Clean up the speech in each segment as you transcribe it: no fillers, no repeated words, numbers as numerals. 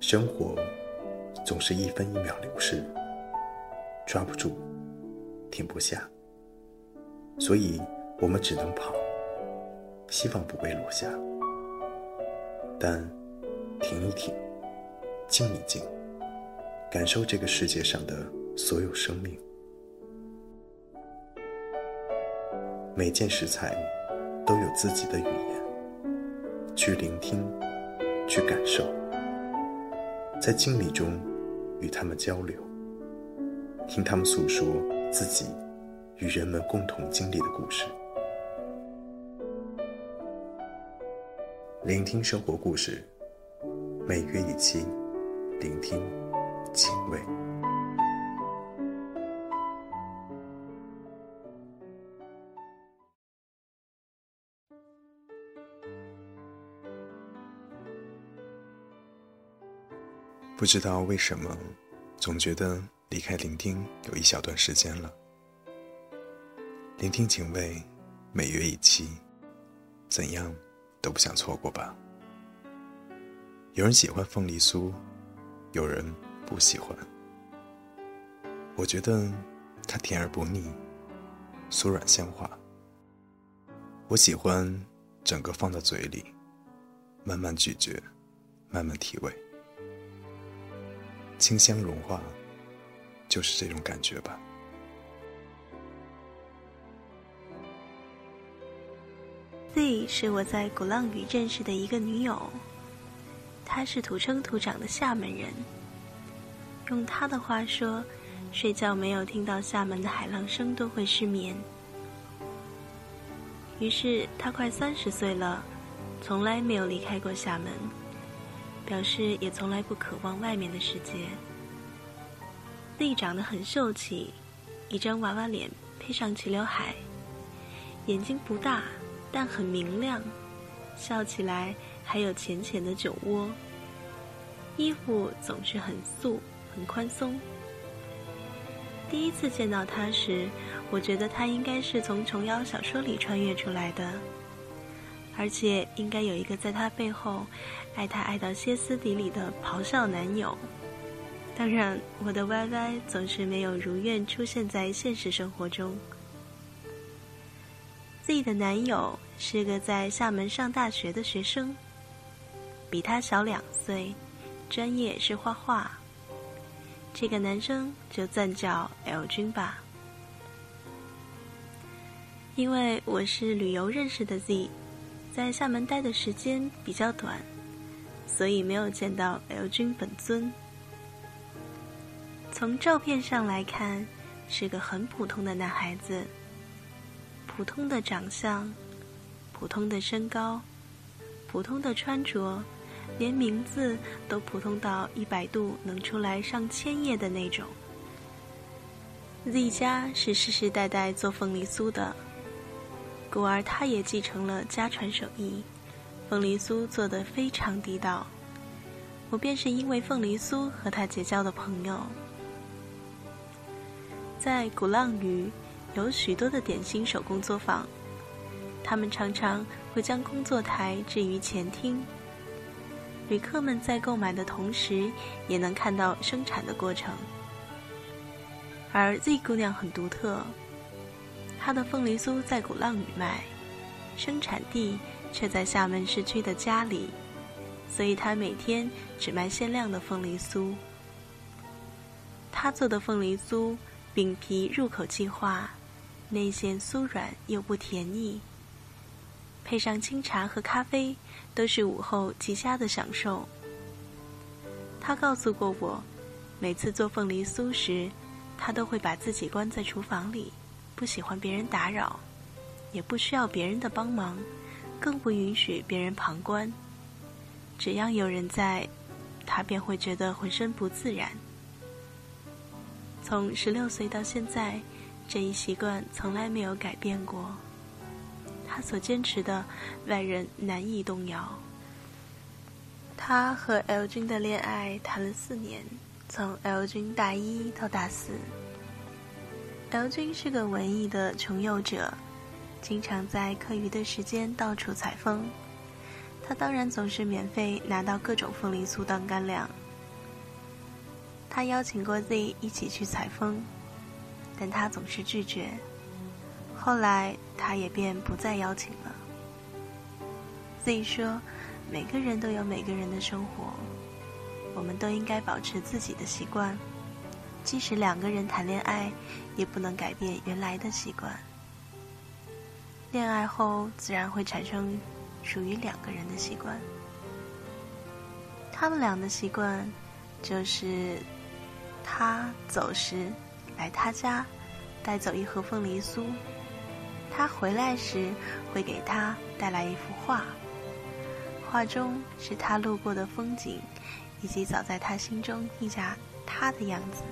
生活总是一分一秒流逝，抓不住，停不下，所以我们只能跑，希望不被落下。但停一停，静一静，感受这个世界上的所有生命。每件食材都有自己的语言，去聆听，去感受，在经历中与他们交流，听他们诉说自己与人们共同经历的故事。聆听生活故事，每月一期，聆听情味。不知道为什么，总觉得离开聆听有一小段时间了。聆听情味，每月一期，怎样都不想错过吧。有人喜欢凤梨酥，有人不喜欢。我觉得它甜而不腻，酥软香滑。我喜欢整个放到嘴里，慢慢咀嚼，慢慢体味。清香融化，就是这种感觉吧。 Z 是我在鼓浪屿认识的一个女友，她是土生土长的厦门人。用她的话说，睡觉没有听到厦门的海浪声都会失眠。于是她快30岁了，从来没有离开过厦门，表示也从来不渴望外面的世界。Z 长得很秀气，一张娃娃脸配上齐刘海，眼睛不大但很明亮，笑起来还有浅浅的酒窝。衣服总是很素很宽松。第一次见到他时，我觉得他应该是从琼瑶小说里穿越出来的，而且应该有一个在他背后爱他爱到歇斯底里的咆哮男友。当然，我的 YY 总是没有如愿出现在现实生活中。自己的男友是个在厦门上大学的学生，比他小2岁，专业是画画。这个男生就暂叫 L 君吧。因为我是旅游认识的 Z， 在厦门待的时间比较短，所以没有见到 L 君本尊。从照片上来看，是个很普通的男孩子，普通的长相，普通的身高，普通的穿着，连名字都普通到100度能出来上1000页的那种。Z 家是世世代代做凤梨酥的，故而他也继承了家传手艺，凤梨酥做得非常地道。我便是因为凤梨酥和他结交的朋友。在鼓浪屿有许多的点心手工作坊，他们常常会将工作台置于前厅，旅客们在购买的同时也能看到生产的过程。而 Z 姑娘很独特，她的凤梨酥在鼓浪屿卖，生产地却在厦门市区的家里，所以她每天只卖限量的凤梨酥。她做的凤梨酥饼皮入口即化，内馅酥软又不甜腻，配上清茶和咖啡，都是午后极佳的享受。他告诉过我，每次做凤梨酥时，他都会把自己关在厨房里，不喜欢别人打扰，也不需要别人的帮忙，更不允许别人旁观。只要有人在，他便会觉得浑身不自然。从16岁到现在，这一习惯从来没有改变过。他所坚持的，外人难以动摇。他和 L 君的恋爱谈了4年，从 L 君大1到大4。L 君是个文艺的穷游者，经常在课余的时间到处采风。他当然总是免费拿到各种凤梨酥当干粮， 他邀请过 Z 一起去采风，但他总是拒绝。后来他也便不再邀请了。Z 说，每个人都有每个人的生活，我们都应该保持自己的习惯，即使两个人谈恋爱，也不能改变原来的习惯。恋爱后自然会产生属于两个人的习惯。他们俩的习惯就是他走时来他家带走一盒凤梨酥，他回来时会给他带来一幅画，画中是他路过的风景，以及早在他心中印下他的样子。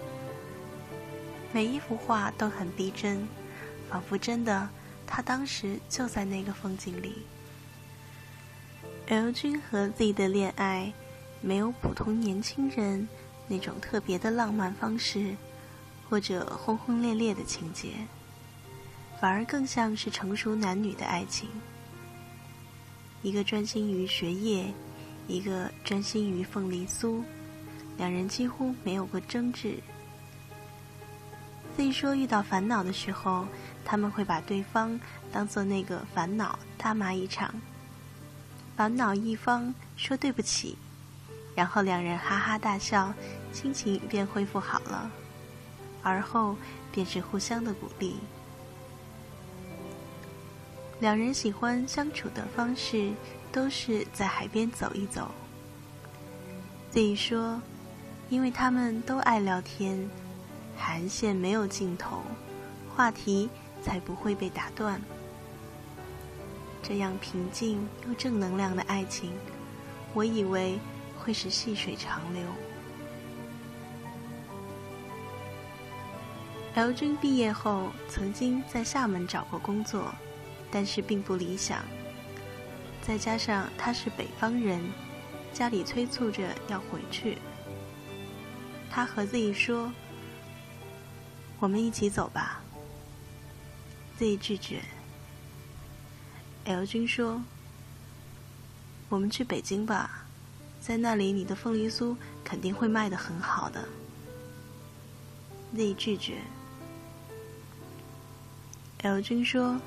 每一幅画都很逼真，仿佛真的他当时就在那个风景里。L 君和 Z 的恋爱没有普通年轻人那种特别的浪漫方式，或者轰轰烈烈的情节，反而更像是成熟男女的爱情。一个专心于学业，一个专心于凤梨酥，两人几乎没有过争执。Z 说遇到烦恼的时候，他们会把对方当作那个烦恼大骂一场，烦恼一方说对不起，然后两人哈哈大笑，心情便恢复好了，而后便是互相的鼓励。两人喜欢相处的方式都是在海边走一走。Z 说，因为他们都爱聊天，寒暄没有尽头，话题才不会被打断。这样平静又正能量的爱情，我以为会是细水长流。L 君毕业后曾经在厦门找过工作，但是并不理想，再加上他是北方人，家里催促着要回去。他和 Z 说，我们一起走吧。 Z 拒绝。 L 君说，我们去北京吧，在那里你的凤梨酥肯定会卖得很好的。 Z 拒绝。 L 君说，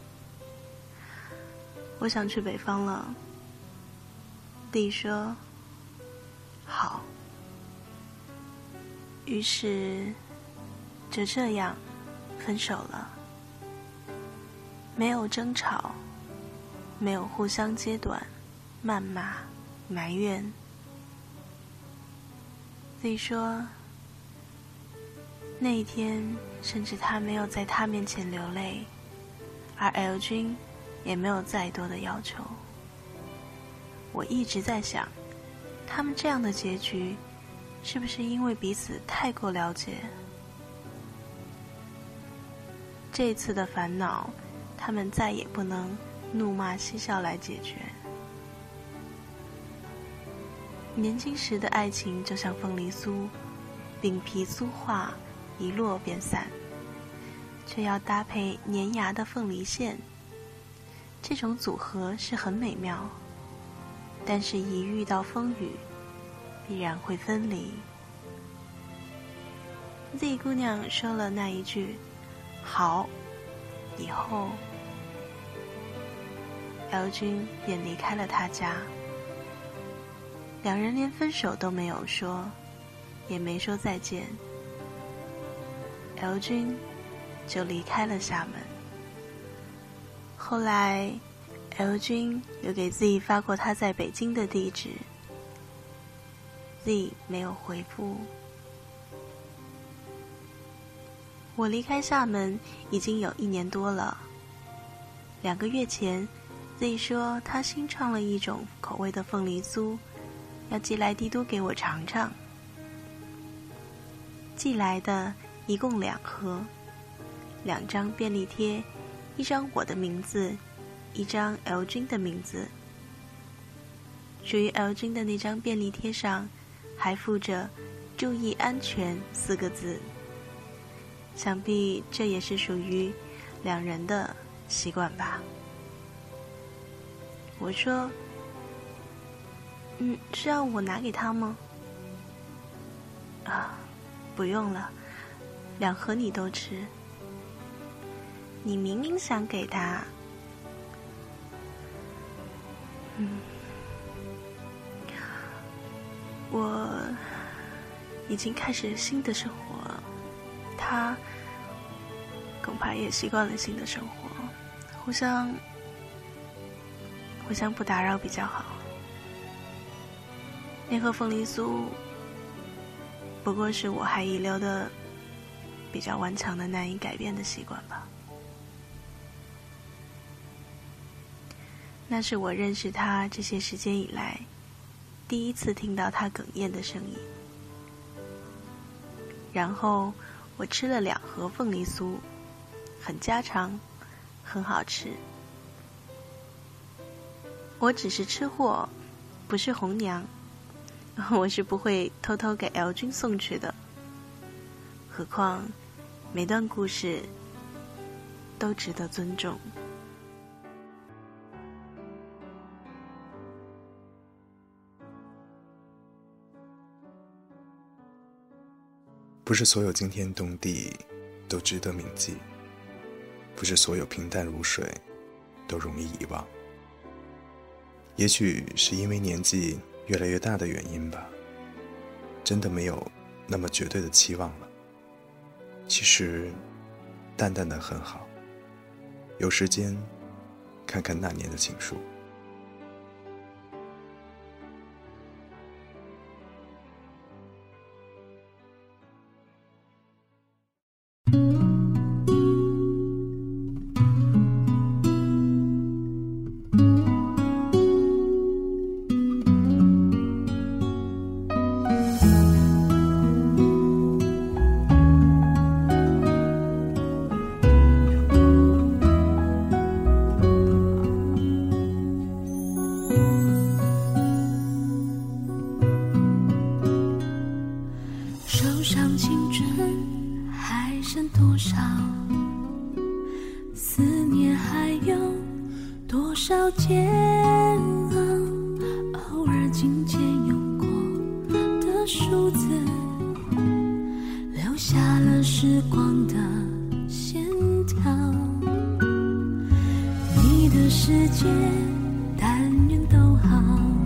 我想去北方了。 Z 说，好。于是就这样分手了，没有争吵，没有互相揭短、谩骂、埋怨。 Z 说，那一天甚至他没有在他面前流泪，而 L 君也没有再多的要求。我一直在想，他们这样的结局是不是因为彼此太过了解？这次的烦恼，他们再也不能怒骂嬉笑来解决。年轻时的爱情就像凤梨酥，饼皮酥化，一落便散，却要搭配粘牙的凤梨馅，这种组合是很美妙，但是一遇到风雨，必然会分离。 Z 姑娘说了那一句好以后， L 君便离开了他家。两人连分手都没有说，也没说再见， L 君就离开了厦门。后来 L 君有给 Z 发过他在北京的地址， Z 没有回复。我离开厦门已经有1年多了。2个月前 Z 说他新创了一种口味的凤梨酥，要寄来帝都给我尝尝。寄来的一共2盒，2张便利贴，一张我的名字，一张 L 君的名字。属于 L 君的那张便利贴上还附着“注意安全”4个字，想必这也是属于2人的习惯吧。我说，是要我拿给他吗？ 不用了，2盒你都吃。你明明想给他。我已经开始新的生活了，他恐怕也习惯了新的生活，互相不打扰比较好。那盒凤梨酥不过是我还遗留的比较顽强的难以改变的习惯吧。那是我认识他这些时间以来第一次听到他哽咽的声音。然后我吃了2盒凤梨酥，很家常，很好吃。我只是吃货，不是红娘，我是不会偷偷给 L 君送去的。何况每段故事都值得尊重。 不是所有惊天动地都值得铭记，不是所有平淡如水都容易遗忘。也许是因为年纪越来越大的原因吧，真的没有那么绝对的期望了。其实淡淡的很好，有时间看看那年的情书。 少煎熬，偶尔琴键用过的数字，留下了时光的线条。你的世界但愿都好，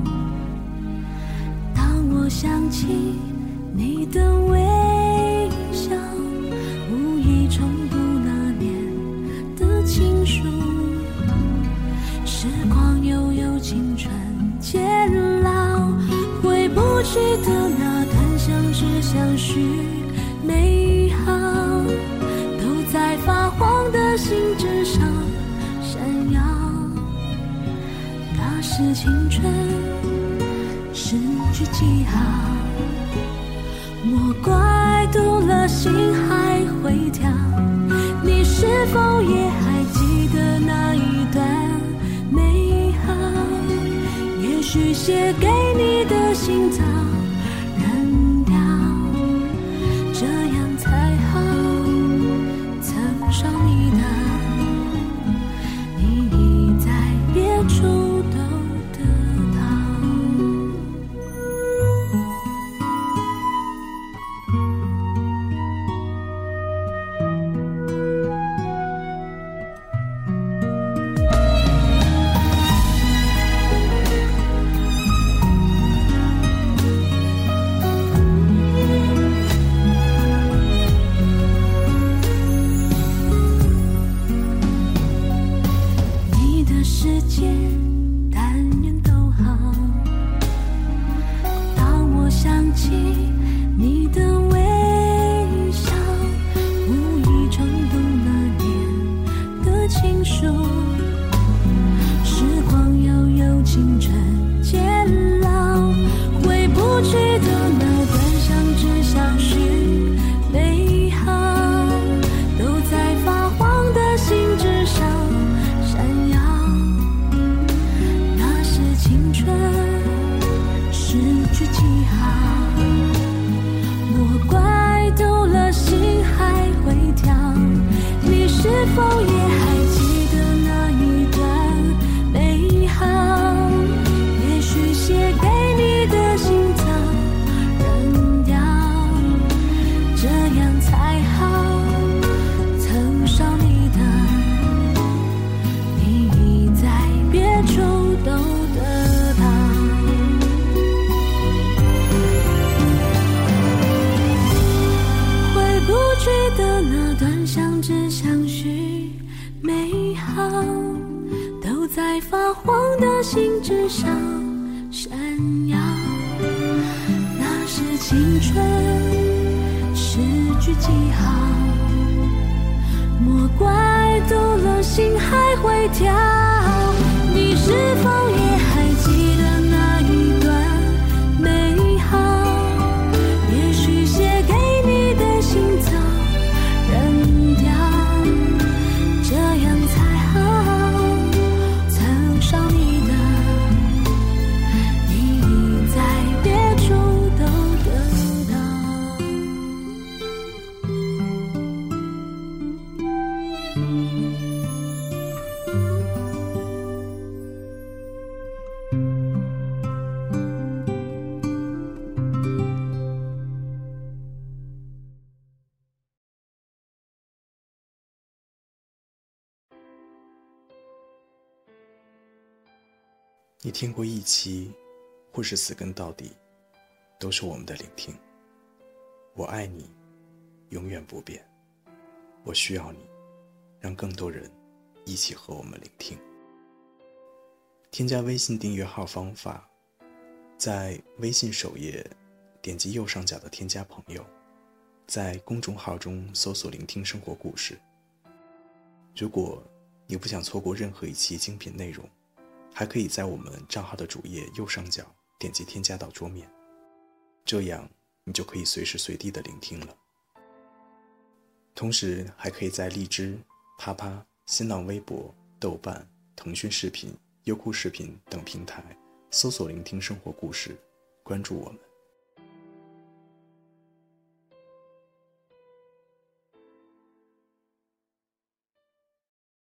当我想起你的微笑，无意重读那年的情书。时光悠悠，青春渐老，回不去的那段相知相许美好，都在发黄的信纸上闪耀。那是青春失去记号，莫怪读了心还会跳。你是否也还记得那一段美好？也许写给你的信早扔掉，这样才好。曾伤你的，你已在别处都得到。 在发黄的信纸上闪耀。那是青春诗句记号，莫怪读了心还会跳。你是否也还记得那一段美好？也许写给你的信早扔掉，这样才好。曾伤你的，你在别处都得到。 你听过一期，或是死跟到底，都是我们的聆听。我爱你，永远不变。我需要你，让更多人一起和我们聆听。添加微信订阅号方法，在微信首页点击右上角的添加朋友，在公众号中搜索聆听生活故事。如果你不想错过任何一期精品内容，还可以在我们账号的主页右上角点击添加到桌面，这样你就可以随时随地的聆听了。同时还可以在荔枝、啪啪、新浪微博、豆瓣、腾讯视频、优酷视频等平台搜索聆听生活故事，关注我们。